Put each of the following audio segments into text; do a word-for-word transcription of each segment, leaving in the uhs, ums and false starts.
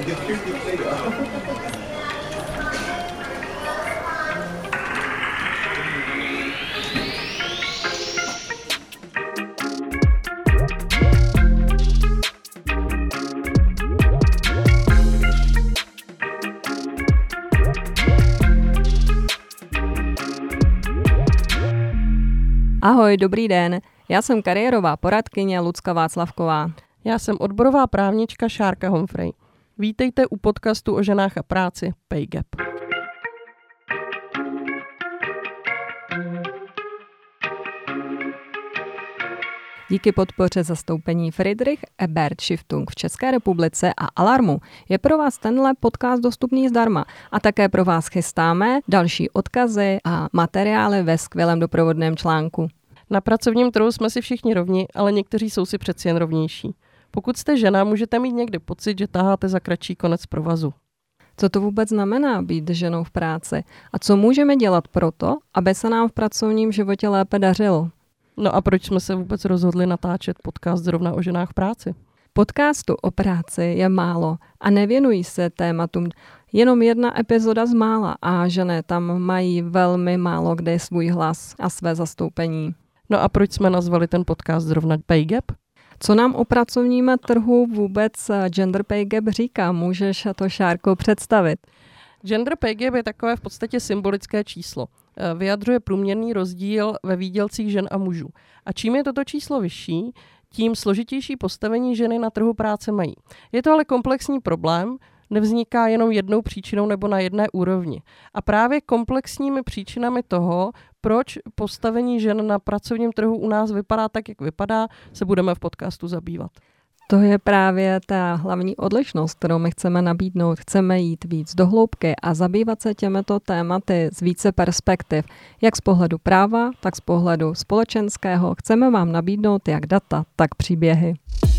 Ahoj, dobrý den. Já jsem kariérová poradkyně Lucka Václavková. Já jsem odborová právnička Šárka Humphrey. Vítejte u podcastu o ženách a práci Pay Gap. Díky podpoře zastoupení Friedrich Ebert Stiftung v České republice a Alarmu je pro vás tenhle podcast dostupný zdarma a také pro vás chystáme další odkazy a materiály ve skvělém doprovodném článku. Na pracovním trhu jsme si všichni rovni, ale někteří jsou si přeci jen rovnější. Pokud jste žena, můžete mít někdy pocit, že taháte za kratší konec provazu. Co to vůbec znamená být ženou v práci? A co můžeme dělat proto, aby se nám v pracovním životě lépe dařilo? No a proč jsme se vůbec rozhodli natáčet podcast zrovna o ženách v práci? Podcastu o práci je málo a nevěnují se tématům. Jenom jedna epizoda z mála a ženy tam mají velmi málo kde svůj hlas a své zastoupení. No a proč jsme nazvali ten podcast zrovna Pay Gap? Co nám o pracovním trhu vůbec Gender Pay Gap říká? Můžeš to, Šárko, představit? Gender Pay Gap je takové v podstatě symbolické číslo. Vyjadřuje průměrný rozdíl ve výdělcích žen a mužů. A čím je toto číslo vyšší, tím složitější postavení ženy na trhu práce mají. Je to ale komplexní problém, nevzniká jenom jednou příčinou nebo na jedné úrovni. A právě komplexními příčinami toho, proč postavení žen na pracovním trhu u nás vypadá tak, jak vypadá, se budeme v podcastu zabývat. To je právě ta hlavní odlišnost, kterou my chceme nabídnout. Chceme jít víc do hloubky a zabývat se těmito tématy z více perspektiv. Jak z pohledu práva, tak z pohledu společenského. Chceme vám nabídnout jak data, tak příběhy.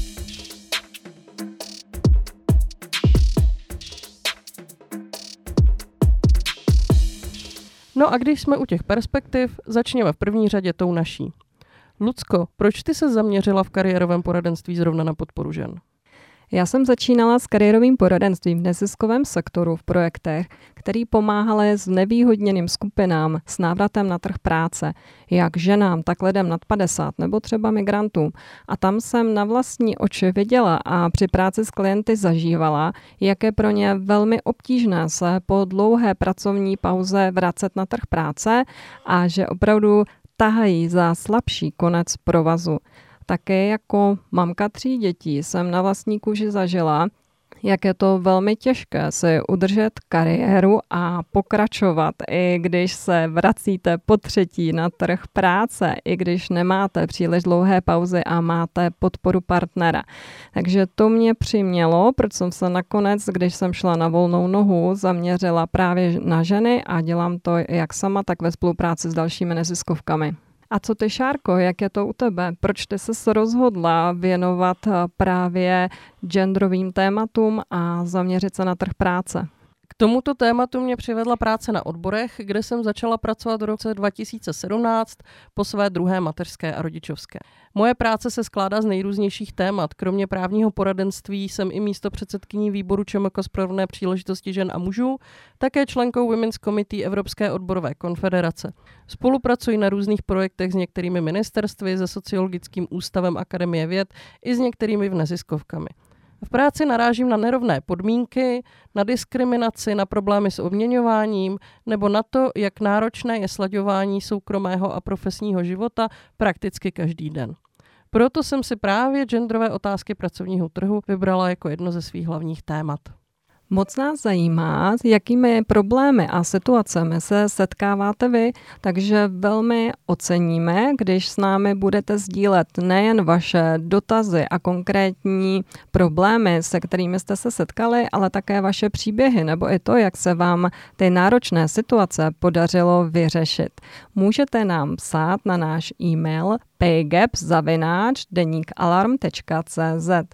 No a když jsme u těch perspektiv, začněme v první řadě tou naší. Lucko, proč ty se zaměřila v kariérovém poradenství zrovna na podporu žen? Já jsem začínala s kariérovým poradenstvím v neziskovém sektoru v projektech, který pomáhaly s nevýhodněným skupinám s návratem na trh práce, jak ženám, tak lidem nad padesát nebo třeba migrantům. A tam jsem na vlastní oči viděla a při práci s klienty zažívala, jak je pro ně velmi obtížné se po dlouhé pracovní pauze vracet na trh práce a že opravdu tahají za slabší konec provazu. Také jako mamka tří dětí jsem na vlastní kůži zažila, jak je to velmi těžké si udržet kariéru a pokračovat, i když se vracíte po třetí na trh práce, i když nemáte příliš dlouhé pauzy a máte podporu partnera. Takže to mě přimělo, proč jsem se nakonec, když jsem šla na volnou nohu, zaměřila právě na ženy a dělám to jak sama, tak ve spolupráci s dalšími neziskovkami. A co ty, Šárko, jak je to u tebe? Proč ty se rozhodla věnovat právě genderovým tématům a zaměřit se na trh práce? K tomuto tématu mě přivedla práce na odborech, kde jsem začala pracovat v roce dva tisíce sedmnáct po své druhé mateřské a rodičovské. Moje práce se skládá z nejrůznějších témat. Kromě právního poradenství jsem i místopředsedkyní výboru ČMK z rovné příležitosti žen a mužů, také členkou Women's Committee Evropské odborové konfederace. Spolupracuji na různých projektech s některými ministerstvy, se Sociologickým ústavem Akademie věd i s některými v neziskovkami. V práci narážím na nerovné podmínky, na diskriminaci, na problémy s odměňováním nebo na to, jak náročné je slaďování soukromého a profesního života prakticky každý den. Proto jsem si právě genderové otázky pracovního trhu vybrala jako jedno ze svých hlavních témat. Moc nás zajímá, s jakými problémy a situacemi se setkáváte vy, takže velmi oceníme, když s námi budete sdílet nejen vaše dotazy a konkrétní problémy, se kterými jste se setkali, ale také vaše příběhy nebo i to, jak se vám ty náročné situace podařilo vyřešit. Můžete nám psát na náš e-mail paygap zavináč deník alarm tečka cé zet.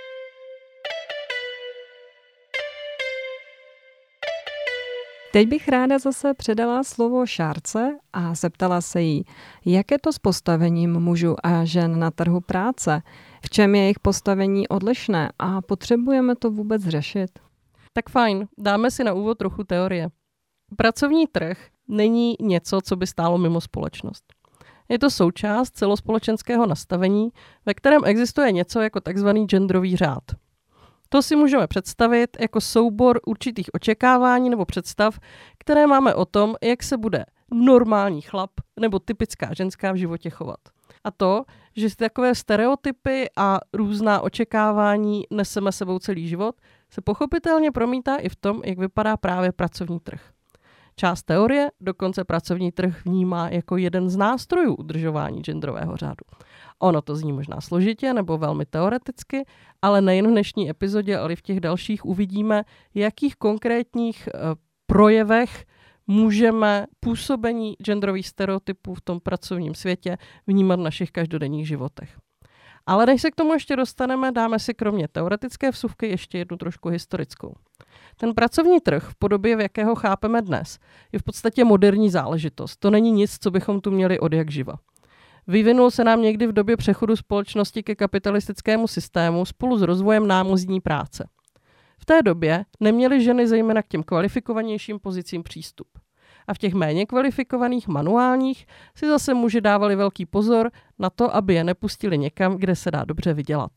Teď bych ráda zase předala slovo Šárce a zeptala se jí, jak je to s postavením mužů a žen na trhu práce, v čem je jejich postavení odlišné a potřebujeme to vůbec řešit? Tak fajn, dáme si na úvod trochu teorie. Pracovní trh není něco, co by stálo mimo společnost. Je to součást celospolečenského nastavení, ve kterém existuje něco jako takzvaný genderový řád. To si můžeme představit jako soubor určitých očekávání nebo představ, které máme o tom, jak se bude normální chlap nebo typická ženská v životě chovat. A to, že si takové stereotypy a různá očekávání neseme sebou celý život, se pochopitelně promítá i v tom, jak vypadá právě pracovní trh. Část teorie dokonce pracovní trh vnímá jako jeden z nástrojů udržování genderového řádu. Ono to zní možná složitě nebo velmi teoreticky, ale nejen v dnešní epizodě, ale i v těch dalších uvidíme, jakých konkrétních e, projevech můžeme působení genderových stereotypů v tom pracovním světě vnímat v našich každodenních životech. Ale než se k tomu ještě dostaneme, dáme si kromě teoretické vsuvky ještě jednu trošku historickou. Ten pracovní trh v podobě, v jakého chápeme dnes, je v podstatě moderní záležitost. To není nic, co bychom tu měli od jak živa. Vyvinul se nám někdy v době přechodu společnosti ke kapitalistickému systému spolu s rozvojem námozdní práce. V té době neměly ženy zejména k těm kvalifikovanějším pozicím přístup. A v těch méně kvalifikovaných manuálních si zase muži dávali velký pozor na to, aby je nepustili někam, kde se dá dobře vydělat.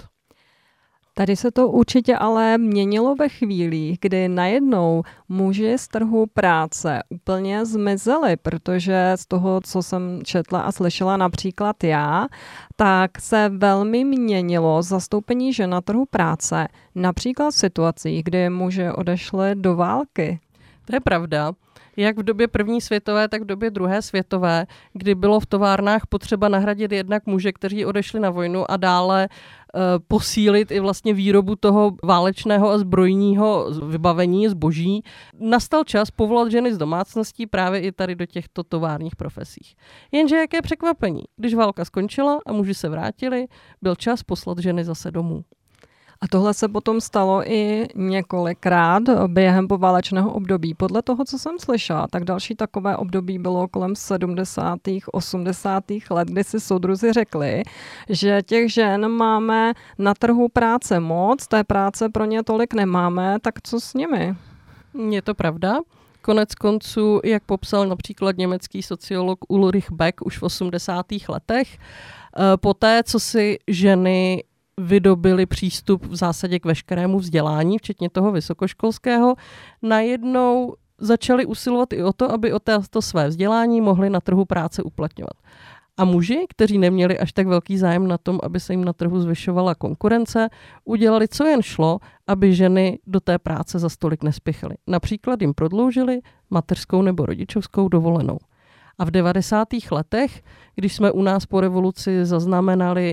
Tady se to určitě ale měnilo ve chvílích, kdy najednou muži z trhu práce úplně zmizeli, protože z toho, co jsem četla a slyšela například já, tak se velmi měnilo zastoupení žen na trhu práce, například v situacích, kdy muži odešli do války. To je pravda. Jak v době první světové, tak v době druhé světové, kdy bylo v továrnách potřeba nahradit jednak muže, kteří odešli na vojnu a dále e, posílit i vlastně výrobu toho válečného a zbrojního vybavení, zboží. Nastal čas povolat ženy z domácností právě i tady do těchto továrních profesích. Jenže jaké překvapení. Když válka skončila a muži se vrátili, byl čas poslat ženy zase domů. A tohle se potom stalo i několikrát během poválečného období. Podle toho, co jsem slyšela, tak další takové období bylo kolem sedmdesátých, osmdesátých let, kdy si soudruzi řekli, že těch žen máme na trhu práce moc, té práce pro ně tolik nemáme, tak co s nimi? Je to pravda. Konec konců, jak popsal například německý sociolog Ulrich Beck už v osmdesátých letech, poté, co si ženy vydobili přístup v zásadě k veškerému vzdělání, včetně toho vysokoškolského, najednou začali usilovat i o to, aby o to své vzdělání mohli na trhu práce uplatňovat. A muži, kteří neměli až tak velký zájem na tom, aby se jim na trhu zvyšovala konkurence, udělali, co jen šlo, aby ženy do té práce za stolik nespěchaly. Například jim prodloužili mateřskou nebo rodičovskou dovolenou. A v devadesátých letech, když jsme u nás po revoluci zaznamenali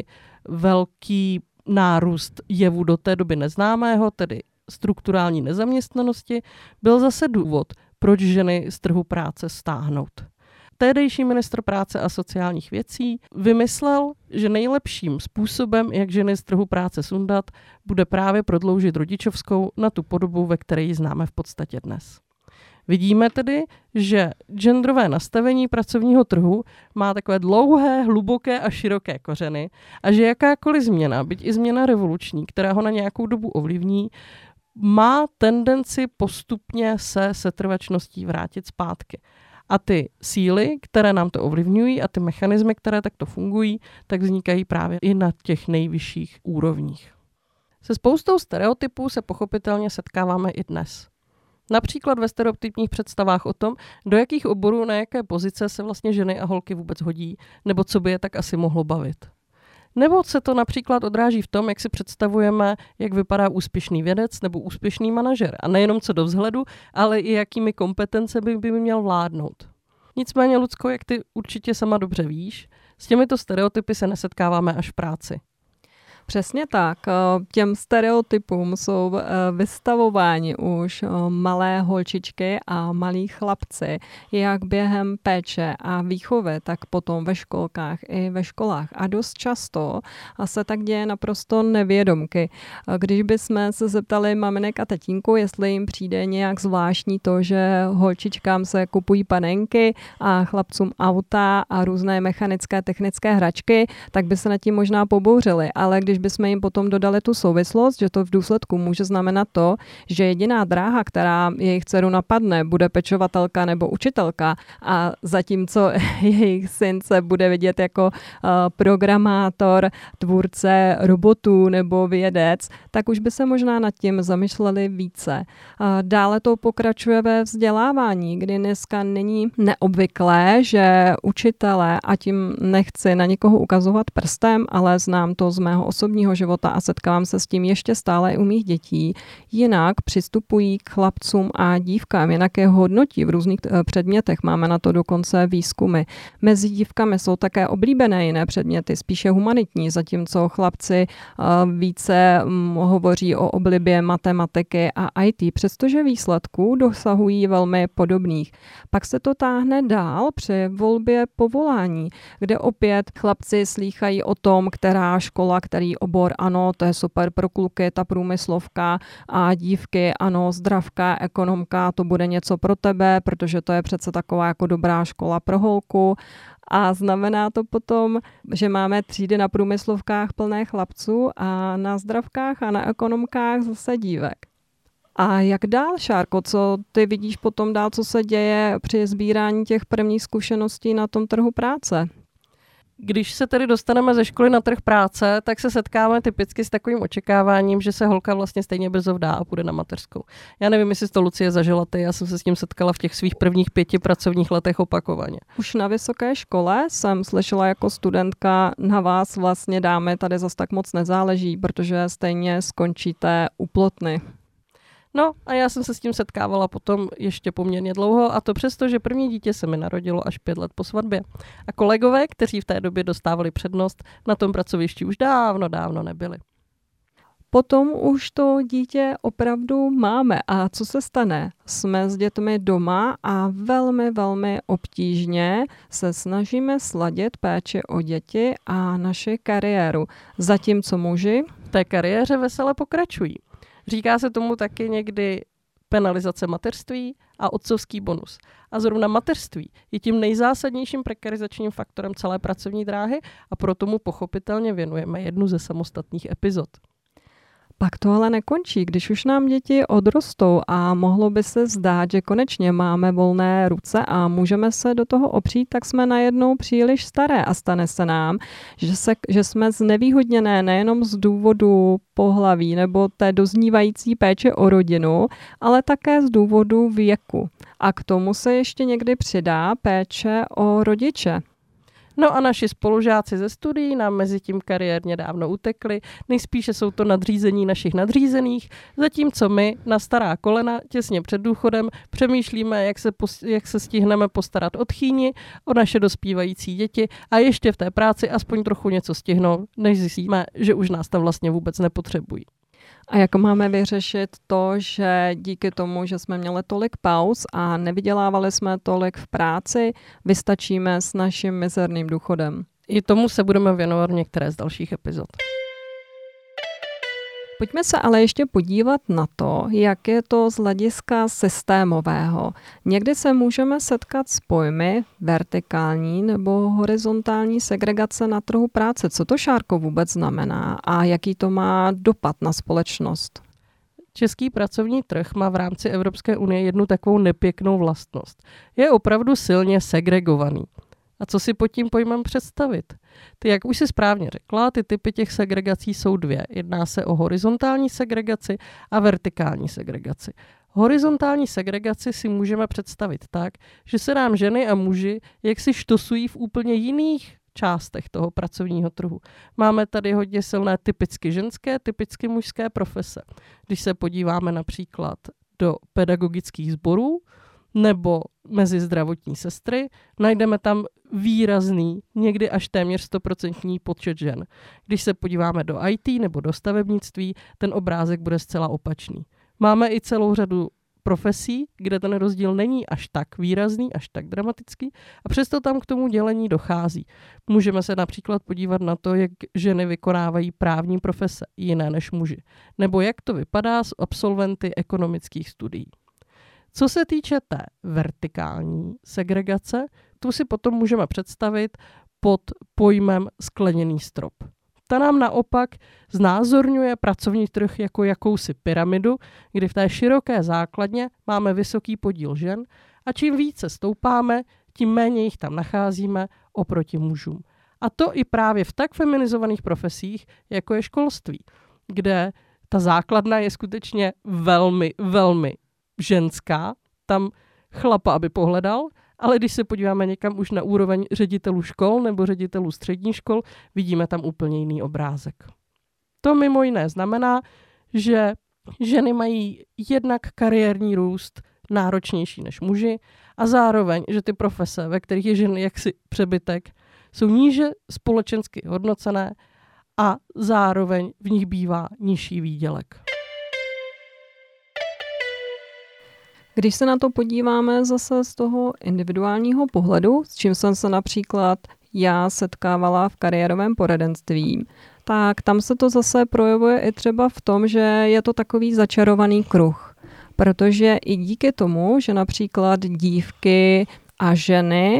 velký nárůst jevu do té doby neznámého, tedy strukturální nezaměstnanosti, byl zase důvod, proč ženy z trhu práce stáhnout. Tehdejší ministr práce a sociálních věcí vymyslel, že nejlepším způsobem, jak ženy z trhu práce sundat, bude právě prodloužit rodičovskou na tu podobu, ve které ji známe v podstatě dnes. Vidíme tedy, že genderové nastavení pracovního trhu má takové dlouhé, hluboké a široké kořeny a že jakákoliv změna, byť i změna revoluční, která ho na nějakou dobu ovlivní, má tendenci postupně se setrvačností vrátit zpátky. A ty síly, které nám to ovlivňují a ty mechanismy, které takto fungují, tak vznikají právě i na těch nejvyšších úrovních. Se spoustou stereotypů se pochopitelně setkáváme i dnes. Například ve stereotypních představách o tom, do jakých oborů, na jaké pozice se vlastně ženy a holky vůbec hodí, nebo co by je tak asi mohlo bavit. Nebo se to například odráží v tom, jak si představujeme, jak vypadá úspěšný vědec nebo úspěšný manažer. A nejenom co do vzhledu, ale i jakými kompetence by, by měl vládnout. Nicméně, Lucko, jak ty určitě sama dobře víš, s těmito stereotypy se nesetkáváme až v práci. Přesně tak. Těm stereotypům jsou vystavováni už malé holčičky a malí chlapci, jak během péče a výchovy, tak potom ve školkách i ve školách. A dost často se tak děje naprosto nevědomky. Když bychom se zeptali maminek a tatínku, jestli jim přijde nějak zvláštní to, že holčičkám se kupují panenky a chlapcům auta a různé mechanické technické hračky, tak by se nad tím možná pobouřili. Ale když když bychom jim potom dodali tu souvislost, že to v důsledku může znamenat to, že jediná dráha, která jejich dceru napadne, bude pečovatelka nebo učitelka a zatímco jejich syn se bude vidět jako uh, programátor, tvůrce robotů nebo vědec, tak už by se možná nad tím zamýšleli více. Uh, dále to pokračuje ve vzdělávání, kdy dneska není neobvyklé, že učitelé, a tím nechci na někoho ukazovat prstem, ale znám to z mého osobního života a setkávám se s tím ještě stále i u mých dětí, jinak přistupují k chlapcům a dívkám, jinak je hodnotí v různých předmětech. Máme na to dokonce výzkumy. Mezi dívkami jsou také oblíbené jiné předměty, spíše humanitní, zatímco chlapci více hovoří o oblibě matematiky a í té, přestože výsledků dosahují velmi podobných. Pak se to táhne dál při volbě povolání, kde opět chlapci slýchají o tom, která škola, který obor, ano, to je super pro kluky, ta průmyslovka, a dívky, ano, zdravka, ekonomka, to bude něco pro tebe, protože to je přece taková jako dobrá škola pro holku. A znamená to potom, že máme třídy na průmyslovkách plné chlapců a na zdravkách a na ekonomkách zase dívek. A jak dál, Šárko, co ty vidíš potom dál, co se děje při sbírání těch prvních zkušeností na tom trhu práce? Když se tedy dostaneme ze školy na trh práce, tak se setkáme typicky s takovým očekáváním, že se holka vlastně stejně brzo vdá a půjde na mateřskou. Já nevím, jestli to Lucie zažila ty, já jsem se s tím setkala v těch svých prvních pěti pracovních letech opakovaně. Už na vysoké škole jsem slyšela jako studentka, na vás vlastně dámy tady zas tak moc nezáleží, protože stejně skončíte u plotny. No a já jsem se s tím setkávala potom ještě poměrně dlouho, a to přesto, že první dítě se mi narodilo až pět let po svatbě. A kolegové, kteří v té době dostávali přednost, na tom pracovišti už dávno, dávno nebyli. Potom už to dítě opravdu máme. A co se stane? Jsme s dětmi doma a velmi, velmi obtížně se snažíme sladit péči o děti a naši kariéru. Zatímco muži v té kariéře vesele pokračují. Říká se tomu taky někdy penalizace mateřství a otcovský bonus. A zrovna mateřství je tím nejzásadnějším prekarizačním faktorem celé pracovní dráhy a proto mu pochopitelně věnujeme jednu ze samostatných epizod. Pak to ale nekončí. Když už nám děti odrostou a mohlo by se zdát, že konečně máme volné ruce a můžeme se do toho opřít, tak jsme najednou příliš staré a stane se nám, že, se, že jsme znevýhodněné nejenom z důvodu pohlaví nebo té doznívající péče o rodinu, ale také z důvodu věku. A k tomu se ještě někdy přidá péče o rodiče. No a naši spolužáci ze studií nám mezi tím kariérně dávno utekli, nejspíše jsou to nadřízení našich nadřízených, zatímco my na stará kolena těsně před důchodem přemýšlíme, jak se, pos- jak se stihneme postarat o tchýni, o naše dospívající děti a ještě v té práci aspoň trochu něco stihnout, než zjistíme, že už nás tam vlastně vůbec nepotřebují. A jak máme vyřešit to, že díky tomu, že jsme měli tolik pauz a nevydělávali jsme tolik v práci, vystačíme s naším mizerným důchodem? I tomu se budeme věnovat v některé z dalších epizod. Pojďme se ale ještě podívat na to, jak je to z hlediska systémového. Někdy se můžeme setkat s pojmy vertikální nebo horizontální segregace na trhu práce. Co to, Šárko, vůbec znamená a jaký to má dopad na společnost? Český pracovní trh má v rámci Evropské unie jednu takovou nepěknou vlastnost. Je opravdu silně segregovaný. A co si pod tím pojmem představit? Ty, jak už si správně řekla, ty typy těch segregací jsou dvě. Jedná se o horizontální segregaci a vertikální segregaci. Horizontální segregaci si můžeme představit tak, že se nám ženy a muži jaksi štosují v úplně jiných částech toho pracovního trhu. Máme tady hodně silné typicky ženské, typicky mužské profese. Když se podíváme například do pedagogických sborů, nebo mezi zdravotní sestry, najdeme tam výrazný, někdy až téměř stoprocentní počet žen. Když se podíváme do í té nebo do stavebnictví, ten obrázek bude zcela opačný. Máme i celou řadu profesí, kde ten rozdíl není až tak výrazný, až tak dramatický a přesto tam k tomu dělení dochází. Můžeme se například podívat na to, jak ženy vykonávají právní profese, jiné než muži, nebo jak to vypadá s absolventy ekonomických studií. Co se týče té vertikální segregace, tu si potom můžeme představit pod pojmem skleněný strop. Ta nám naopak znázorňuje pracovní trh jako jakousi pyramidu, kdy v té široké základně máme vysoký podíl žen a čím více stoupáme, tím méně jich tam nacházíme oproti mužům. A to i právě v tak feminizovaných profesích, jako je školství, kde ta základna je skutečně velmi, velmi ženská. Tam chlapa, aby pohledal, ale když se podíváme někam už na úroveň ředitelů škol nebo ředitelů středních škol, vidíme tam úplně jiný obrázek. To mimo jiné znamená, že ženy mají jednak kariérní růst náročnější než muži a zároveň, že ty profese, ve kterých je žen jaksi přebytek, jsou níže společensky hodnocené a zároveň v nich bývá nižší výdělek. Když se na to podíváme zase z toho individuálního pohledu, s čím jsem se například já setkávala v kariérovém poradenství, tak tam se to zase projevuje i třeba v tom, že je to takový začarovaný kruh. Protože i díky tomu, že například dívky a ženy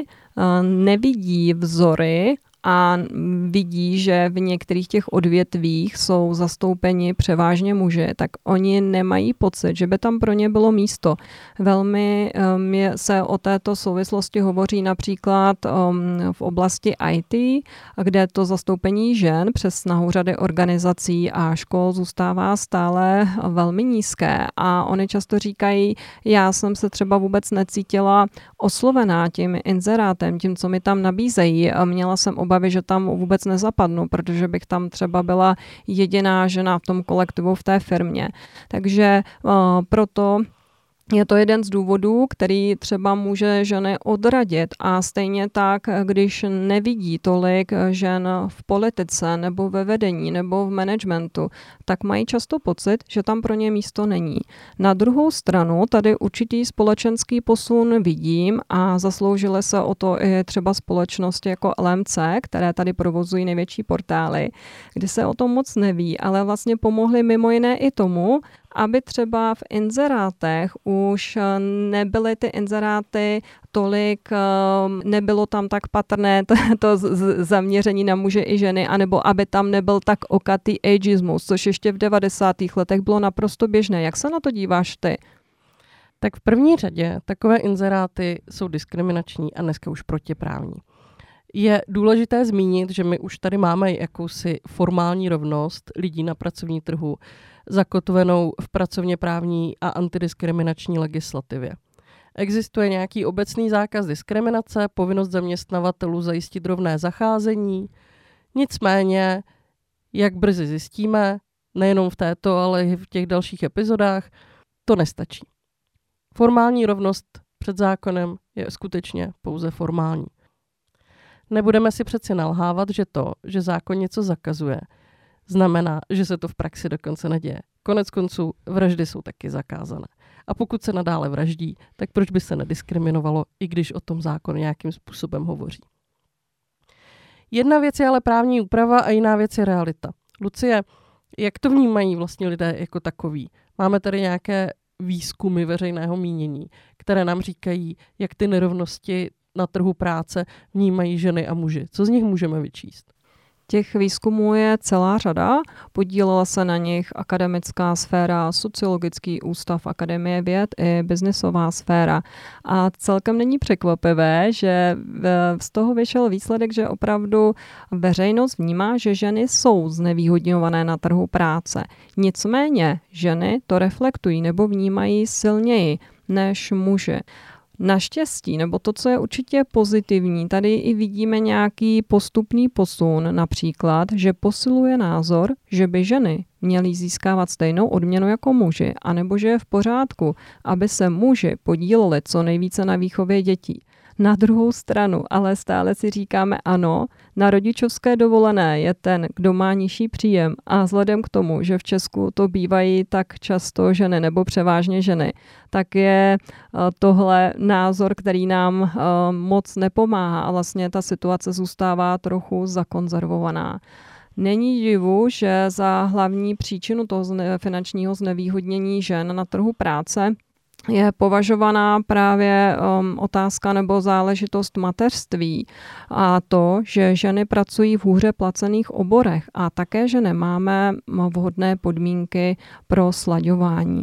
nevidí vzory a vidí, že v některých těch odvětvích jsou zastoupeni převážně muži, tak oni nemají pocit, že by tam pro ně bylo místo. Velmi um, je, se o této souvislosti hovoří například um, v oblasti í té, kde to zastoupení žen přes snahu řady organizací a škol zůstává stále velmi nízké a oni často říkají, já jsem se třeba vůbec necítila oslovená tím inzerátem, tím, co mi tam nabízejí. Měla jsem obavy, že tam vůbec nezapadnu, protože bych tam třeba byla jediná žena v tom kolektivu v té firmě. Takže uh, proto je to jeden z důvodů, který třeba může ženy odradit a stejně tak, když nevidí tolik žen v politice nebo ve vedení nebo v managementu, tak mají často pocit, že tam pro ně místo není. Na druhou stranu tady určitý společenský posun vidím a zasloužily se o to i třeba společnosti jako el em cé, které tady provozují největší portály, kdy se o tom moc neví, ale vlastně pomohly mimo jiné i tomu, aby třeba v inzerátech už nebyly ty inzeráty tolik, nebylo tam tak patrné to zaměření na muže i ženy, anebo aby tam nebyl tak okatý ageismus, což ještě v devadesátých letech bylo naprosto běžné. Jak se na to díváš ty? Tak v první řadě takové inzeráty jsou diskriminační a dneska už protiprávní. Je důležité zmínit, že my už tady máme jakousi formální rovnost lidí na pracovní trhu, zakotvenou v pracovně právní a antidiskriminační legislativě. Existuje nějaký obecný zákaz diskriminace, povinnost zaměstnavatelů zajistit rovné zacházení. Nicméně, jak brzy zjistíme, nejenom v této, ale i v těch dalších epizodách, to nestačí. Formální rovnost před zákonem je skutečně pouze formální. Nebudeme si přeci nalhávat, že to, že zákon něco zakazuje, znamená, že se to v praxi dokonce neděje. Konec konců vraždy jsou taky zakázané. A pokud se nadále vraždí, tak proč by se nediskriminovalo, i když o tom zákon nějakým způsobem hovoří. Jedna věc je ale právní úprava a jiná věc je realita. Lucie, jak to vnímají vlastně lidé jako takový? Máme tady nějaké výzkumy veřejného mínění, které nám říkají, jak ty nerovnosti na trhu práce vnímají ženy a muži. Co z nich můžeme vyčíst? Těch výzkumů je celá řada. Podílela se na nich akademická sféra, sociologický ústav Akademie věd i biznisová sféra. A celkem není překvapivé, že z toho vyšel výsledek, že opravdu veřejnost vnímá, že ženy jsou znevýhodňované na trhu práce. Nicméně ženy to reflektují nebo vnímají silněji než muži. Naštěstí, nebo to, co je určitě pozitivní, tady i vidíme nějaký postupný posun, například, že posiluje názor, že by ženy měly získávat stejnou odměnu jako muži, anebo že je v pořádku, aby se muži podíleli co nejvíce na výchově dětí. Na druhou stranu, ale stále si říkáme ano, na rodičovské dovolené je ten, kdo má nižší příjem a vzhledem k tomu, že v Česku to bývají tak často ženy nebo převážně ženy, tak je tohle názor, který nám moc nepomáhá a vlastně ta situace zůstává trochu zakonzervovaná. Není divu, že za hlavní příčinu toho finančního znevýhodnění žen na trhu práce je považovaná právě um, otázka nebo záležitost mateřství a to, že ženy pracují v hůře placených oborech a také, že nemáme vhodné podmínky pro slaďování.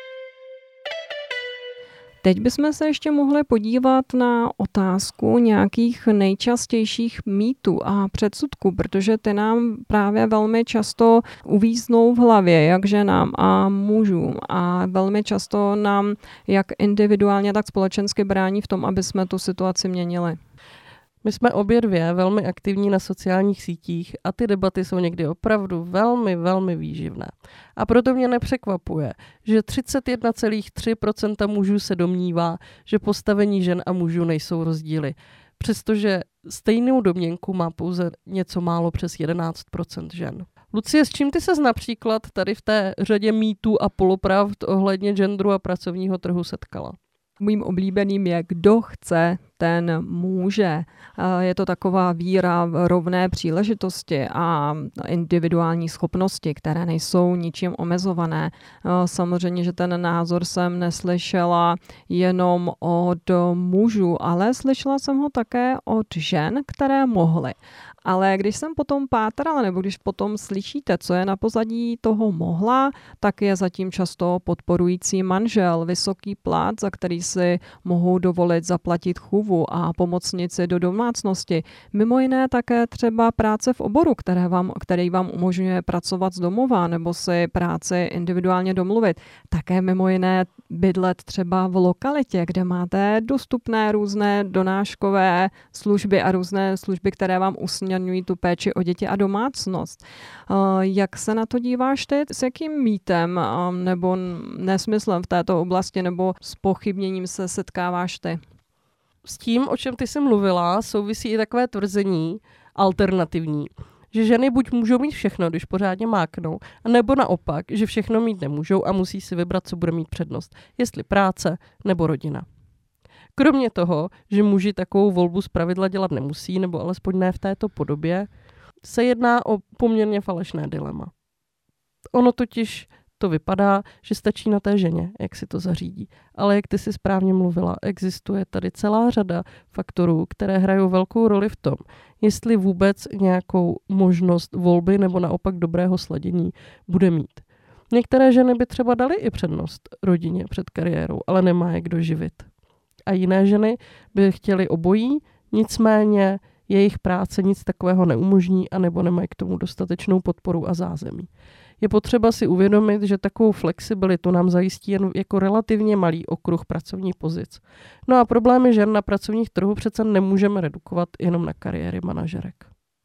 Teď bychom se ještě mohli podívat na otázku nějakých nejčastějších mýtů a předsudků, protože ty nám právě velmi často uvíznou v hlavě, jak ženám a mužům a velmi často nám jak individuálně, tak společensky brání v tom, aby jsme tu situaci měnili. My jsme obě dvě velmi aktivní na sociálních sítích a ty debaty jsou někdy opravdu velmi, velmi výživné. A proto mě nepřekvapuje, že třicet jedna celá tři procenta mužů se domnívá, že postavení žen a mužů nejsou rozdíly. Přestože stejnou domněnku má pouze něco málo přes jedenáct procent žen. Lucie, s čím ty ses například tady v té řadě mýtů a polopravd ohledně genderu a pracovního trhu setkala? Mým oblíbeným je, kdo chce, ten může. Je to taková víra v rovné příležitosti a individuální schopnosti, které nejsou ničím omezované. Samozřejmě, že ten názor jsem neslyšela jenom od mužů, ale slyšela jsem ho také od žen, které mohly. Ale když jsem potom pátrala, nebo když potom slyšíte, co je na pozadí toho mohla, tak je zatím často podporující manžel, vysoký plat, za který si mohou dovolit zaplatit chůvu a pomocnici do domácnosti. Mimo jiné také třeba práce v oboru, které vám, který vám umožňuje pracovat z domova nebo si práci individuálně domluvit. Také mimo jiné bydlet třeba v lokalitě, kde máte dostupné různé donáškové služby a různé služby, které vám usnadňují tu péči o děti a domácnost. Jak se na to díváš ty? S jakým mýtem nebo nesmyslem v této oblasti nebo s pochybněním se setkáváš ty? S tím, o čem ty jsi mluvila, souvisí i takové tvrzení alternativní, že ženy buď můžou mít všechno, když pořádně máknou, nebo naopak, že všechno mít nemůžou a musí si vybrat, co bude mít přednost, jestli práce nebo rodina. Kromě toho, že muži takovou volbu zpravidla dělat nemusí, nebo alespoň ne v této podobě, se jedná o poměrně falešné dilema. Ono totiž to vypadá, že stačí na té ženě, jak si to zařídí. Ale jak ty si správně mluvila, existuje tady celá řada faktorů, které hrajou velkou roli v tom, jestli vůbec nějakou možnost volby nebo naopak dobrého sladění bude mít. Některé ženy by třeba daly i přednost rodině před kariérou, ale nemá je kdo živit. A jiné ženy by chtěly obojí, nicméně jejich práce nic takového neumožní anebo nemají k tomu dostatečnou podporu a zázemí. Je potřeba si uvědomit, že takovou flexibilitu nám zajistí jen jako relativně malý okruh pracovních pozic. No a problémy žen na pracovních trhu přece nemůžeme redukovat jenom na kariéry manažerek.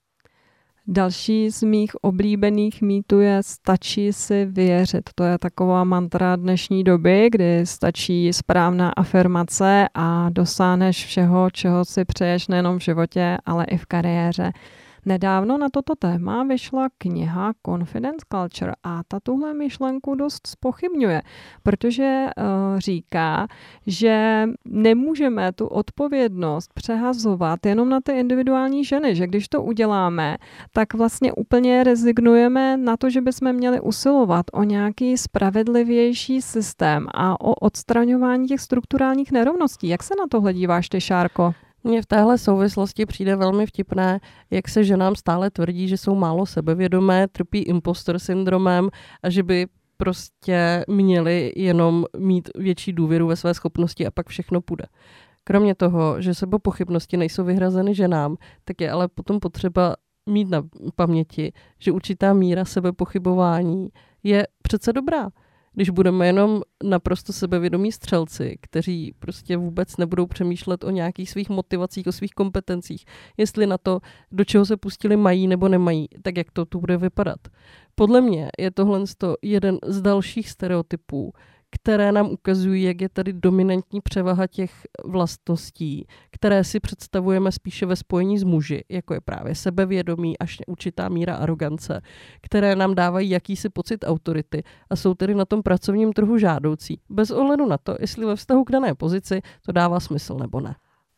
Další z mých oblíbených mýtů je stačí si věřit. To je taková mantra dnešní doby, kdy stačí správná afirmace a dosáhneš všeho, čeho si přeješ nejenom v životě, ale i v kariéře. Nedávno na toto téma vyšla kniha Confidence Culture a ta tuhle myšlenku dost zpochybňuje, protože uh, říká, že nemůžeme tu odpovědnost přehazovat jenom na ty individuální ženy, že když to uděláme, tak vlastně úplně rezignujeme na to, že bychom měli usilovat o nějaký spravedlivější systém a o odstraňování těch strukturálních nerovností. Jak se na tohle díváš ty, Šárko? Mně v téhle souvislosti přijde velmi vtipné, jak se ženám stále tvrdí, že jsou málo sebevědomé, trpí impostor syndromem a že by prostě měli jenom mít větší důvěru ve své schopnosti a pak všechno půjde. Kromě toho, že sebepochybnosti nejsou vyhrazeny ženám, tak je ale potom potřeba mít na paměti, že určitá míra sebepochybování je přece dobrá. Když budeme jenom naprosto sebevědomí střelci, kteří prostě vůbec nebudou přemýšlet o nějakých svých motivacích, o svých kompetencích, jestli na to, do čeho se pustili, mají nebo nemají, tak jak to tu bude vypadat. Podle mě je tohle jeden z dalších stereotypů, které nám ukazují, jak je tady dominantní převaha těch vlastností, které si představujeme spíše ve spojení s muži, jako je právě sebevědomí až určitá míra arogance, které nám dávají jakýsi pocit autority a jsou tedy na tom pracovním trhu žádoucí, bez ohledu na to, jestli ve vztahu k dané pozici to dává smysl nebo ne.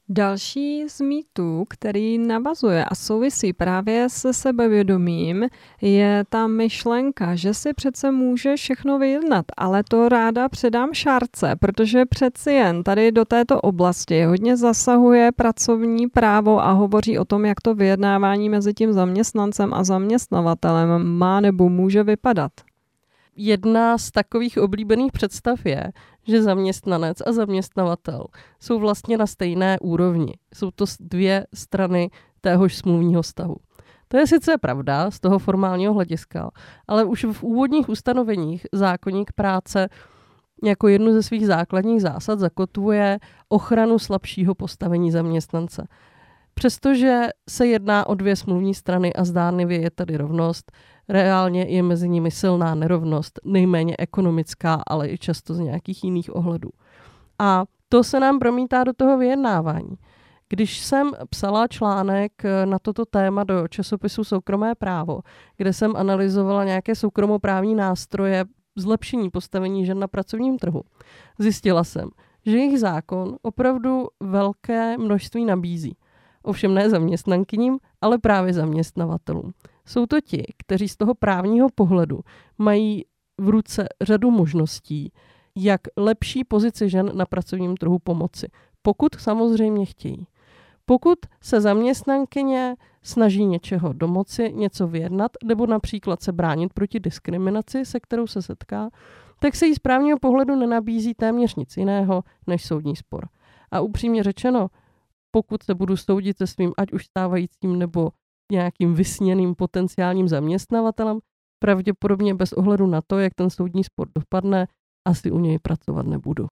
Další z mýtů, který navazuje a souvisí právě se sebevědomím, je ta myšlenka, že si přece může všechno vyjednat, ale to ráda předám Šárce, protože přeci jen tady do této oblasti hodně zasahuje pracovní právo a hovoří o tom, jak to vyjednávání mezi tím zaměstnancem a zaměstnavatelem má nebo může vypadat. Jedna z takových oblíbených představ je, že zaměstnanec a zaměstnavatel jsou vlastně na stejné úrovni. Jsou to dvě strany téhož smluvního vztahu. To je sice pravda z toho formálního hlediska, ale už v úvodních ustanoveních zákoník práce jako jednu ze svých základních zásad zakotvuje ochranu slabšího postavení zaměstnance. Přestože se jedná o dvě smluvní strany a zdánlivě je tady rovnost, reálně je mezi nimi silná nerovnost, nejméně ekonomická, ale i často z nějakých jiných ohledů. A to se nám promítá do toho vyjednávání. Když jsem psala článek na toto téma do časopisu Soukromé právo, kde jsem analyzovala nějaké soukromoprávní nástroje zlepšení postavení žen na pracovním trhu, zjistila jsem, že jejich zákon opravdu velké množství nabízí. Ovšem ne zaměstnankyním, ale právě zaměstnavatelům. Jsou to ti, kteří z toho právního pohledu mají v ruce řadu možností, jak lepší pozici žen na pracovním trhu pomoci. Pokud samozřejmě chtějí. Pokud se zaměstnankyně snaží něčeho domoci, něco vyjednat, nebo například se bránit proti diskriminaci, se kterou se setká, tak se jí z právního pohledu nenabízí téměř nic jiného než soudní spor. A upřímně řečeno, pokud se budu soudit se svým ať už stávajícím nebo nějakým vysněným potenciálním zaměstnavatelem, pravděpodobně bez ohledu na to, jak ten soudní spor dopadne, asi u něj pracovat nebudu.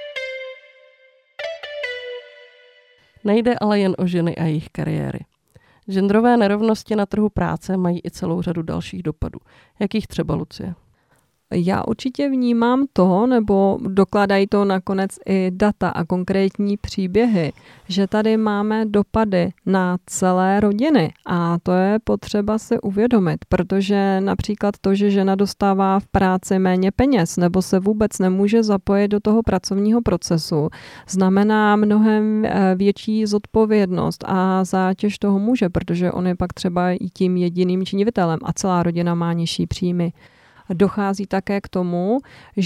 Nejde ale jen o ženy a jejich kariéry. Genderové nerovnosti na trhu práce mají i celou řadu dalších dopadů. Jakých třeba, Lucie? Já určitě vnímám to, nebo dokladají to nakonec i data a konkrétní příběhy, že tady máme dopady na celé rodiny a to je potřeba si uvědomit, protože například to, že žena dostává v práci méně peněz nebo se vůbec nemůže zapojit do toho pracovního procesu, znamená mnohem větší zodpovědnost a zátěž toho muže, protože on je pak třeba i tím jediným činitelem a celá rodina má nižší příjmy. Dochází také k tomu,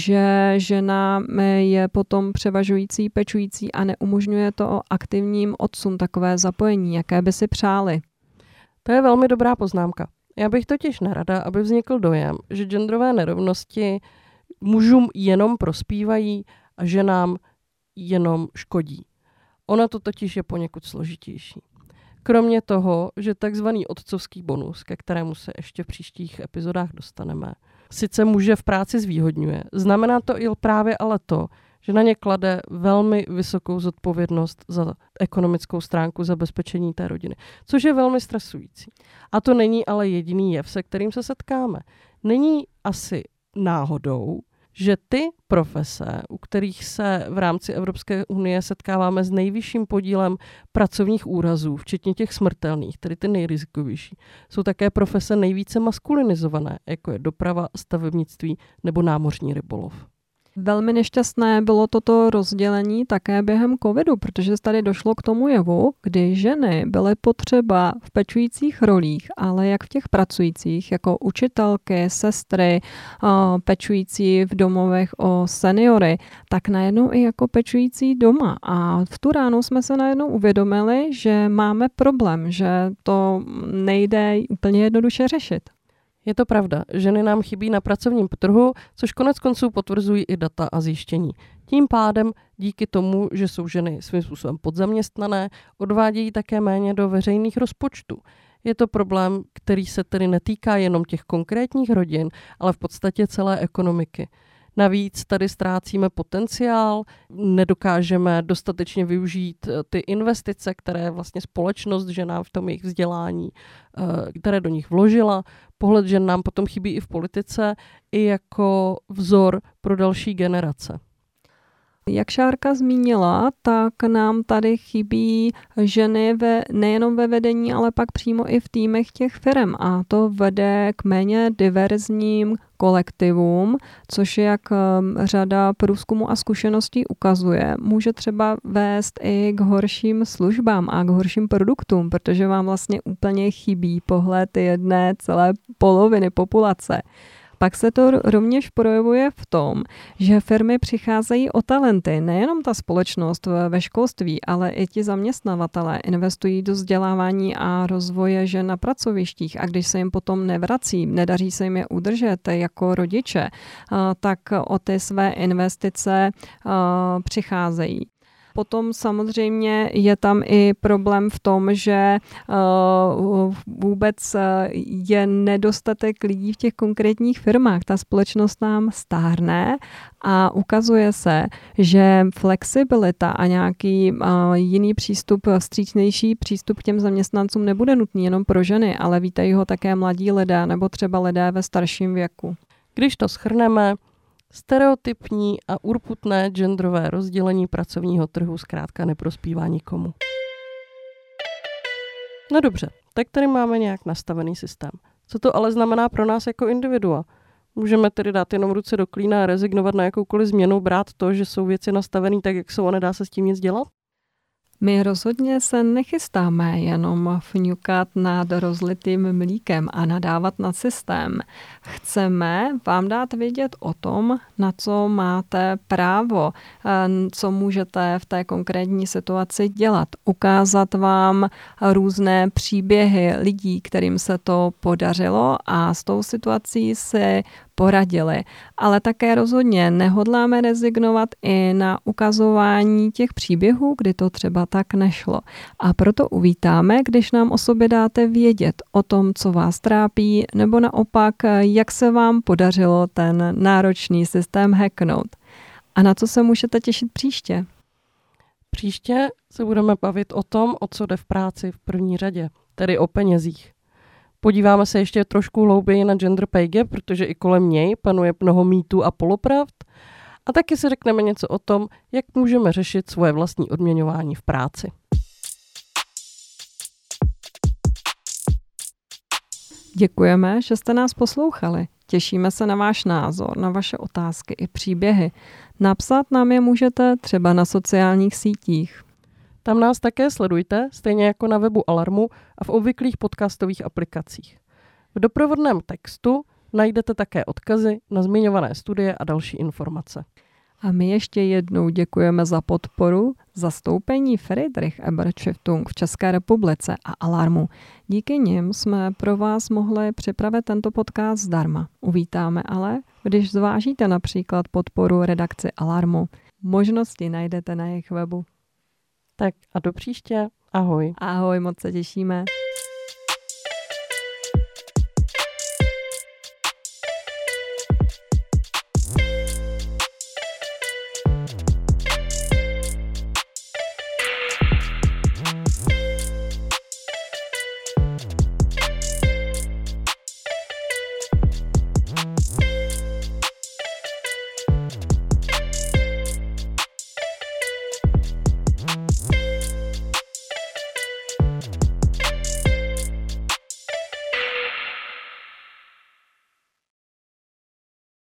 že žena je potom převažující, pečující a neumožňuje to aktivním otcům takové zapojení, jaké by si přáli. To je velmi dobrá poznámka. Já bych totiž nerada, aby vznikl dojem, že genderové nerovnosti mužům jenom prospívají a ženám jenom škodí. Ono to totiž je poněkud složitější. Kromě toho, že takzvaný otcovský bonus, ke kterému se ještě v příštích epizodách dostaneme, sice muže v práci zvýhodňuje, znamená to i právě ale to, že na ně klade velmi vysokou zodpovědnost za ekonomickou stránku zabezpečení té rodiny, což je velmi stresující. A to není ale jediný jev, se kterým se setkáme. Není asi náhodou, že ty profese, u kterých se v rámci Evropské unie setkáváme s nejvyšším podílem pracovních úrazů, včetně těch smrtelných, tedy ty nejrizikovější, jsou také profese nejvíce maskulinizované, jako je doprava, stavebnictví nebo námořní rybolov. Velmi nešťastné bylo toto rozdělení také během covidu, protože tady došlo k tomu jevu, kdy ženy byly potřeba v pečujících rolích, ale jak v těch pracujících, jako učitelky, sestry, pečující v domovech o seniory, tak najednou i jako pečující doma. A v tu ránu jsme se najednou uvědomili, že máme problém, že to nejde úplně jednoduše řešit. Je to pravda, ženy nám chybí na pracovním trhu, což konec konců potvrzují i data a zjištění. Tím pádem, díky tomu, že jsou ženy svým způsobem podzaměstnané, odvádějí také méně do veřejných rozpočtů. Je to problém, který se tedy netýká jenom těch konkrétních rodin, ale v podstatě celé ekonomiky. Navíc tady ztrácíme potenciál, nedokážeme dostatečně využít ty investice, které vlastně společnost ženám v tom jejich vzdělání, které do nich vložila. Pohled žen nám potom chybí i v politice, i jako vzor pro další generace. Jak Šárka zmínila, tak nám tady chybí ženy ve, nejenom ve vedení, ale pak přímo i v týmech těch firm. A to vede k méně diverzním kolektivům, což jak řada průzkumů a zkušeností ukazuje, může třeba vést i k horším službám a k horším produktům, protože vám vlastně úplně chybí pohled jedné celé poloviny populace. Pak se to rovněž projevuje v tom, že firmy přicházejí o talenty. Nejenom ta společnost ve školství, ale i ti zaměstnavatelé investují do vzdělávání a rozvoje žen na pracovištích. A když se jim potom nevrací, nedaří se jim je udržet jako rodiče, tak o ty své investice přicházejí. Potom samozřejmě je tam i problém v tom, že uh, vůbec je nedostatek lidí v těch konkrétních firmách. Ta společnost nám stárne a ukazuje se, že flexibilita a nějaký uh, jiný přístup, vstřícnější přístup k těm zaměstnancům nebude nutný jenom pro ženy, ale vítají ho také mladí lidé nebo třeba lidé ve starším věku. Když to shrneme, stereotypní a urputné genderové rozdělení pracovního trhu zkrátka neprospívá nikomu. No dobře, tak tady máme nějak nastavený systém. Co to ale znamená pro nás jako individua? Můžeme tedy dát jenom ruce do klína a rezignovat na jakoukoliv změnu, brát to, že jsou věci nastavený tak, jak jsou a nedá se s tím nic dělat? My rozhodně se nechystáme jenom fňukat nad rozlitým mlíkem a nadávat na systém. Chceme vám dát vědět o tom, na co máte právo, co můžete v té konkrétní situaci dělat. Ukázat vám různé příběhy lidí, kterým se to podařilo a s tou situací si poradili. Ale také rozhodně nehodláme rezignovat i na ukazování těch příběhů, kdy to třeba tak nešlo. A proto uvítáme, když nám o sobě dáte vědět o tom, co vás trápí, nebo naopak, jak se vám podařilo ten náročný systém hacknout. A na co se můžete těšit příště? Příště se budeme bavit o tom, o co jde v práci v první řadě, tedy o penězích. Podíváme se ještě trošku hlouběji na gender pay gap, protože i kolem něj panuje mnoho mýtů a polopravd. A taky si řekneme něco o tom, jak můžeme řešit svoje vlastní odměňování v práci. Děkujeme, že jste nás poslouchali. Těšíme se na váš názor, na vaše otázky i příběhy. Napsat nám je můžete třeba na sociálních sítích. Tam nás také sledujte, stejně jako na webu Alarmu a v obvyklých podcastových aplikacích. V doprovodném textu najdete také odkazy na zmiňované studie a další informace. A my ještě jednou děkujeme za podporu zastoupení Friedrich Ebert Stiftung v České republice a Alarmu. Díky nim jsme pro vás mohli připravit tento podcast zdarma. Uvítáme ale, když zvážíte například podporu redakci Alarmu. Možnosti najdete na jejich webu. Tak a do příště. Ahoj. Ahoj, moc se těšíme.